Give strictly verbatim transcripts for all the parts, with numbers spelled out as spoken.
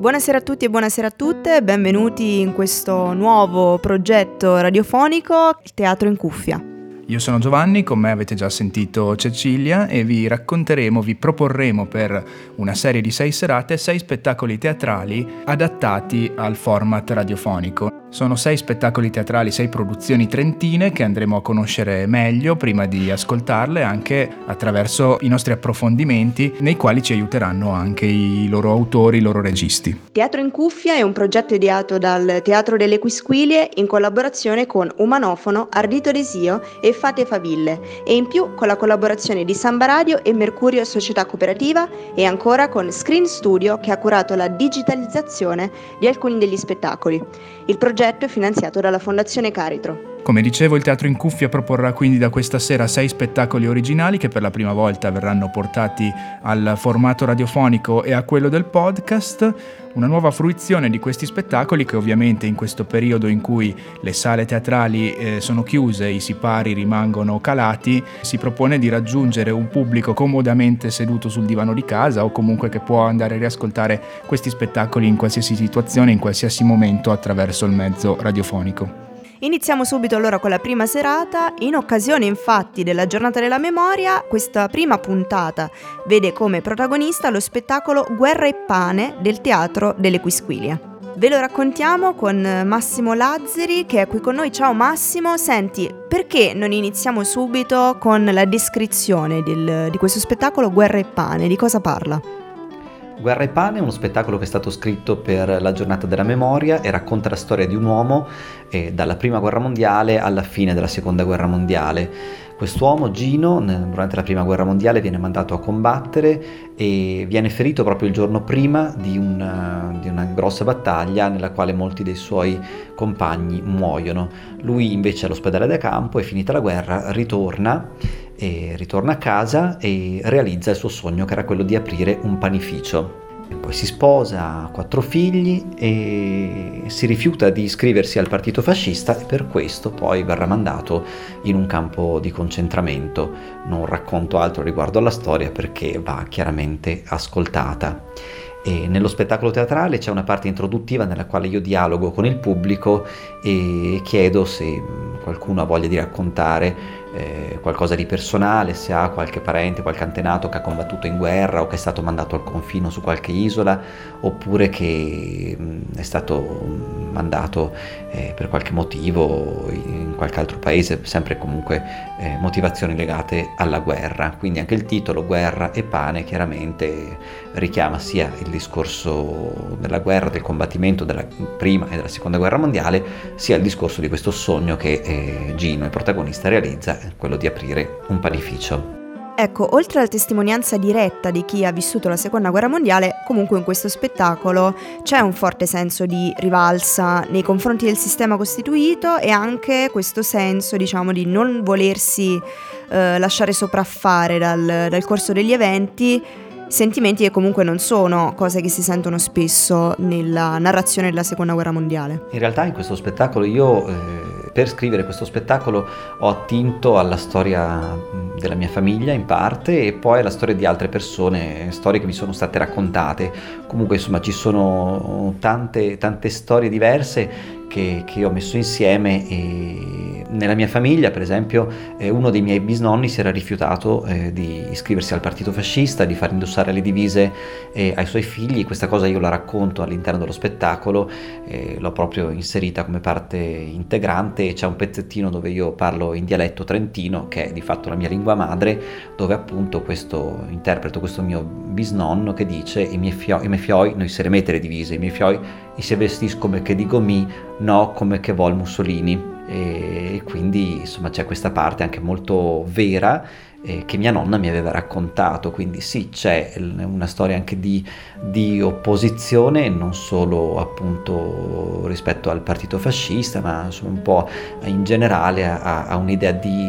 Buonasera a tutti e buonasera a tutte, benvenuti in questo nuovo progetto radiofonico, il Teatro in Cuffia. Io sono Giovanni, con me avete già sentito Cecilia e vi racconteremo, vi proporremo per una serie di sei serate sei spettacoli teatrali adattati al format radiofonico. Sono sei spettacoli teatrali, sei produzioni trentine che andremo a conoscere meglio prima di ascoltarle anche attraverso i nostri approfondimenti nei quali ci aiuteranno anche i loro autori, i loro registi. Teatro in Cuffia è un progetto ideato dal Teatro delle Quisquilie in collaborazione con Umanofono, Ardito Desio e Fate Faville e in più con la collaborazione di Samba Radio e Mercurio Società Cooperativa e ancora con Screen Studio che ha curato la digitalizzazione di alcuni degli spettacoli. Il progetto è finanziato dalla Fondazione Caritro. Come dicevo, il Teatro in Cuffia proporrà quindi da questa sera sei spettacoli originali che per la prima volta verranno portati al formato radiofonico e a quello del podcast. Una nuova fruizione di questi spettacoli che ovviamente in questo periodo in cui le sale teatrali eh, sono chiuse, i sipari rimangono calati, si propone di raggiungere un pubblico comodamente seduto sul divano di casa o comunque che può andare a riascoltare questi spettacoli in qualsiasi situazione, in qualsiasi momento attraverso il mezzo radiofonico. Iniziamo subito allora con la prima serata. In occasione infatti della Giornata della Memoria, questa prima puntata vede come protagonista lo spettacolo Guerra e Pane del Teatro delle Quisquilie. Ve lo raccontiamo con Massimo Lazzari che è qui con noi. Ciao Massimo, senti, perché non iniziamo subito con la descrizione del, di questo spettacolo Guerra e Pane? Di cosa parla? Guerra e Pane è uno spettacolo che è stato scritto per la Giornata della Memoria e racconta la storia di un uomo eh, dalla Prima Guerra Mondiale alla fine della Seconda Guerra Mondiale. Quest'uomo, Gino, durante la Prima Guerra Mondiale viene mandato a combattere e viene ferito proprio il giorno prima di una, di una grossa battaglia nella quale molti dei suoi compagni muoiono. Lui invece è all'ospedale da campo e finita la guerra ritorna e ritorna a casa e realizza il suo sogno che era quello di aprire un panificio. E poi si sposa, ha quattro figli e si rifiuta di iscriversi al partito fascista e per questo poi verrà mandato in un campo di concentramento. Non racconto altro riguardo alla storia perché va chiaramente ascoltata. E nello spettacolo teatrale c'è una parte introduttiva nella quale io dialogo con il pubblico e chiedo se qualcuno ha voglia di raccontare eh, qualcosa di personale, se ha qualche parente, qualche antenato che ha combattuto in guerra o che è stato mandato al confino su qualche isola oppure che mh, è stato mandato eh, per qualche motivo in qualche altro paese, sempre comunque eh, motivazioni legate alla guerra. Quindi anche il titolo Guerra e Pane chiaramente richiama sia il discorso della guerra, del combattimento della prima e della seconda guerra mondiale, sia il discorso di questo sogno che eh, Gino, il protagonista, realizza, quello di aprire un panificio. Ecco, oltre alla testimonianza diretta di chi ha vissuto la seconda guerra mondiale, comunque in questo spettacolo c'è un forte senso di rivalsa nei confronti del sistema costituito e anche questo senso, diciamo, di non volersi eh, lasciare sopraffare dal, dal corso degli eventi, sentimenti che comunque non sono cose che si sentono spesso nella narrazione della seconda guerra mondiale. In realtà in questo spettacolo io, eh, per scrivere questo spettacolo, ho attinto alla storia della mia famiglia in parte e poi alla storia di altre persone, storie che mi sono state raccontate. Comunque insomma ci sono tante, tante storie diverse che, che ho messo insieme e nella mia famiglia, per esempio, eh, uno dei miei bisnonni si era rifiutato eh, di iscriversi al partito fascista, di far indossare le divise eh, ai suoi figli. Questa cosa io la racconto all'interno dello spettacolo, eh, l'ho proprio inserita come parte integrante. C'è un pezzettino dove io parlo in dialetto trentino, che è di fatto la mia lingua madre, dove appunto questo interpreto, questo mio bisnonno che dice i miei fioi, i miei fioi noi se le mette le divise, i miei fioi i se vestis come che dico mi, no come che vol Mussolini. E quindi insomma c'è questa parte anche molto vera eh, che mia nonna mi aveva raccontato, quindi sì, c'è una storia anche di, di opposizione, non solo appunto rispetto al partito fascista, ma insomma un po' in generale a, a un'idea di,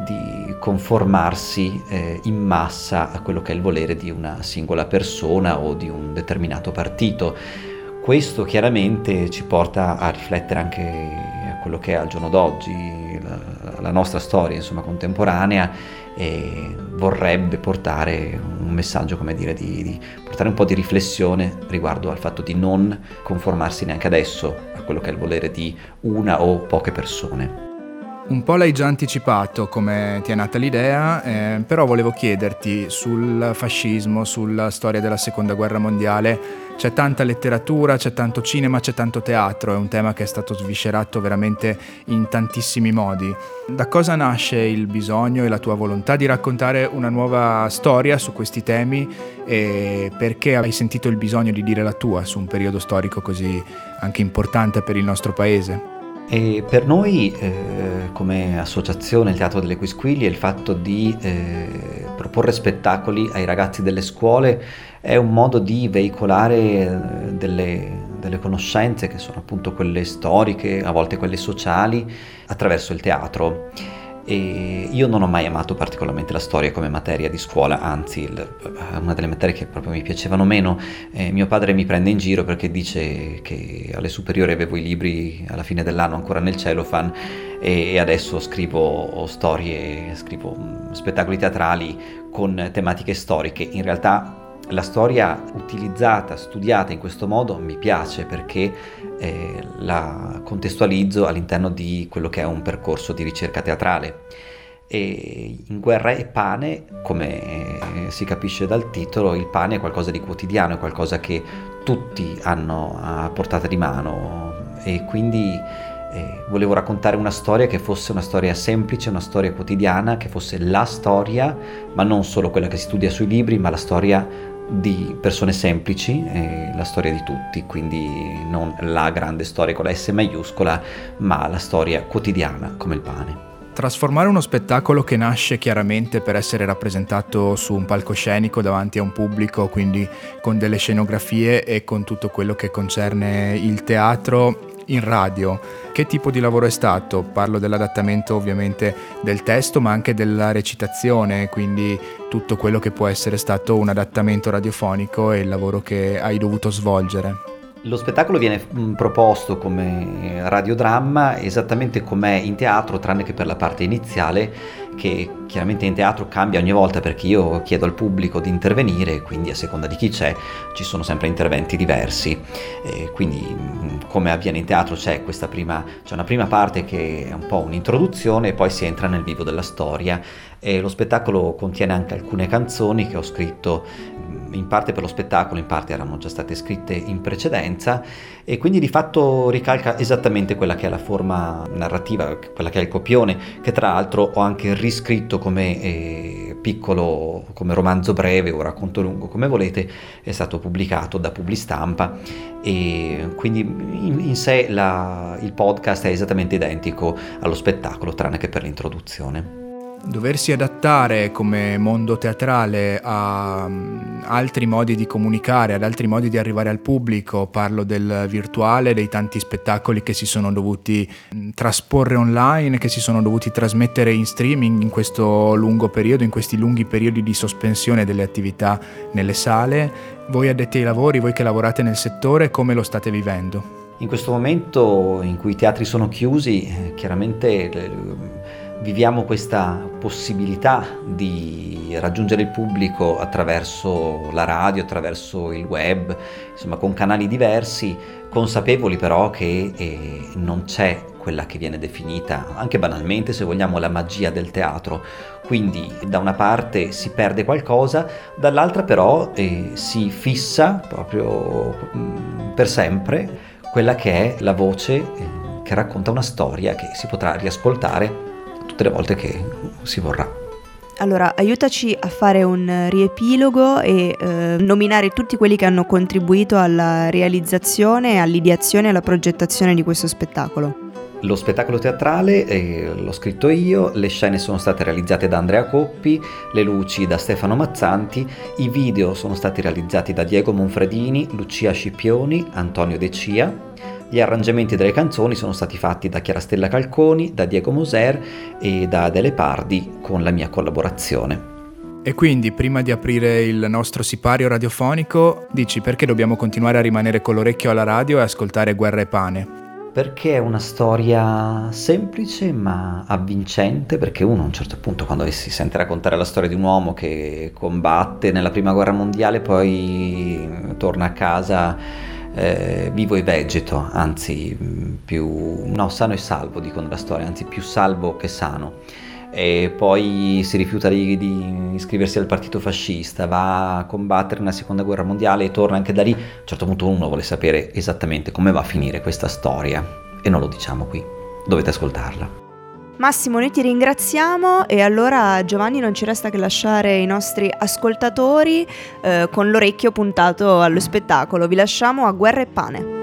di conformarsi eh, in massa a quello che è il volere di una singola persona o di un determinato partito. Questo chiaramente ci porta a riflettere anche a quello che è al giorno d'oggi la, la nostra storia, insomma, contemporanea, e vorrebbe portare un messaggio, come dire, di, di portare un po' di riflessione riguardo al fatto di non conformarsi neanche adesso a quello che è il volere di una o poche persone. Un po' l'hai già anticipato come ti è nata l'idea, eh, però volevo chiederti sul fascismo, sulla storia della seconda guerra mondiale. C'è tanta letteratura, c'è tanto cinema, c'è tanto teatro, è un tema che è stato sviscerato veramente in tantissimi modi. Da cosa nasce il bisogno e la tua volontà di raccontare una nuova storia su questi temi, e perché hai sentito il bisogno di dire la tua su un periodo storico così anche importante per il nostro paese? E per noi, eh, come associazione Il Teatro delle Quisquiglie, il fatto di eh, proporre spettacoli ai ragazzi delle scuole è un modo di veicolare eh, delle, delle conoscenze che sono appunto quelle storiche, a volte quelle sociali, attraverso il teatro. E io non ho mai amato particolarmente la storia come materia di scuola, anzi il, una delle materie che proprio mi piacevano meno. Eh, mio padre mi prende in giro perché dice che alle superiori avevo i libri alla fine dell'anno ancora nel cellophane e, e adesso scrivo storie, scrivo spettacoli teatrali con tematiche storiche. In realtà la storia utilizzata, studiata in questo modo mi piace perché eh, la contestualizzo all'interno di quello che è un percorso di ricerca teatrale. E in Guerra e Pane, come si capisce dal titolo, il pane è qualcosa di quotidiano, è qualcosa che tutti hanno a portata di mano, e quindi eh, volevo raccontare una storia che fosse una storia semplice, una storia quotidiana, che fosse la storia, ma non solo quella che si studia sui libri, ma la storia di persone semplici, eh, la storia di tutti, quindi non la grande storia con la S maiuscola, ma la storia quotidiana come il pane. Trasformare uno spettacolo che nasce chiaramente per essere rappresentato su un palcoscenico davanti a un pubblico, quindi con delle scenografie e con tutto quello che concerne il teatro, in radio. Che tipo di lavoro è stato? Parlo dell'adattamento ovviamente del testo, ma anche della recitazione, quindi tutto quello che può essere stato un adattamento radiofonico e il lavoro che hai dovuto svolgere. Lo spettacolo viene proposto come radiodramma esattamente com'è in teatro, tranne che per la parte iniziale, che chiaramente in teatro cambia ogni volta perché io chiedo al pubblico di intervenire, quindi a seconda di chi c'è ci sono sempre interventi diversi. E quindi come avviene in teatro c'è questa prima, c'è una prima parte che è un po' un'introduzione e poi si entra nel vivo della storia. E lo spettacolo contiene anche alcune canzoni che ho scritto in parte per lo spettacolo, in parte erano già state scritte in precedenza, e quindi di fatto ricalca esattamente quella che è la forma narrativa, quella che è il copione, che tra l'altro ho anche riscritto come eh, piccolo, come romanzo breve o racconto lungo, come volete, è stato pubblicato da Publistampa, e quindi in, in sé la, il podcast è esattamente identico allo spettacolo, tranne che per l'introduzione. Doversi adattare come mondo teatrale a altri modi di comunicare, ad altri modi di arrivare al pubblico, parlo del virtuale, dei tanti spettacoli che si sono dovuti trasporre online, che si sono dovuti trasmettere in streaming in questo lungo periodo, in questi lunghi periodi di sospensione delle attività nelle sale. Voi addetti ai lavori, voi che lavorate nel settore, come lo state vivendo? In questo momento in cui i teatri sono chiusi, chiaramente viviamo questa possibilità di raggiungere il pubblico attraverso la radio, attraverso il web, insomma con canali diversi, consapevoli però che eh, non c'è quella che viene definita, anche banalmente se vogliamo, la magia del teatro. Quindi da una parte si perde qualcosa, dall'altra però eh, si fissa proprio mh, per sempre quella che è la voce eh, che racconta una storia che si potrà riascoltare tutte le volte che si vorrà. Allora, aiutaci a fare un riepilogo e eh, nominare tutti quelli che hanno contribuito alla realizzazione, all'ideazione e alla progettazione di questo spettacolo. Lo spettacolo teatrale eh, l'ho scritto io, le scene sono state realizzate da Andrea Coppi, le luci da Stefano Mazzanti, i video sono stati realizzati da Diego Monfredini, Lucia Scipioni, Antonio De Cia. Gli arrangiamenti delle canzoni sono stati fatti da Chiarastella Calconi, da Diego Moser e da Adele Pardi con la mia collaborazione. E quindi, prima di aprire il nostro sipario radiofonico, dici perché dobbiamo continuare a rimanere con l'orecchio alla radio e ascoltare Guerra e Pane? Perché è una storia semplice ma avvincente, perché uno a un certo punto, quando si sente raccontare la storia di un uomo che combatte nella prima guerra mondiale, poi torna a casa eh, vivo e vegeto, anzi più no, sano e salvo, dico nella storia, anzi più salvo che sano. E poi si rifiuta di, di iscriversi al partito fascista, va a combattere nella seconda guerra mondiale e torna anche da lì. A un certo punto uno vuole sapere esattamente come va a finire questa storia e non lo diciamo qui, dovete ascoltarla. Massimo, noi ti ringraziamo e allora Giovanni non ci resta che lasciare i nostri ascoltatori eh, con l'orecchio puntato allo spettacolo. Vi lasciamo a Guerra e Pane.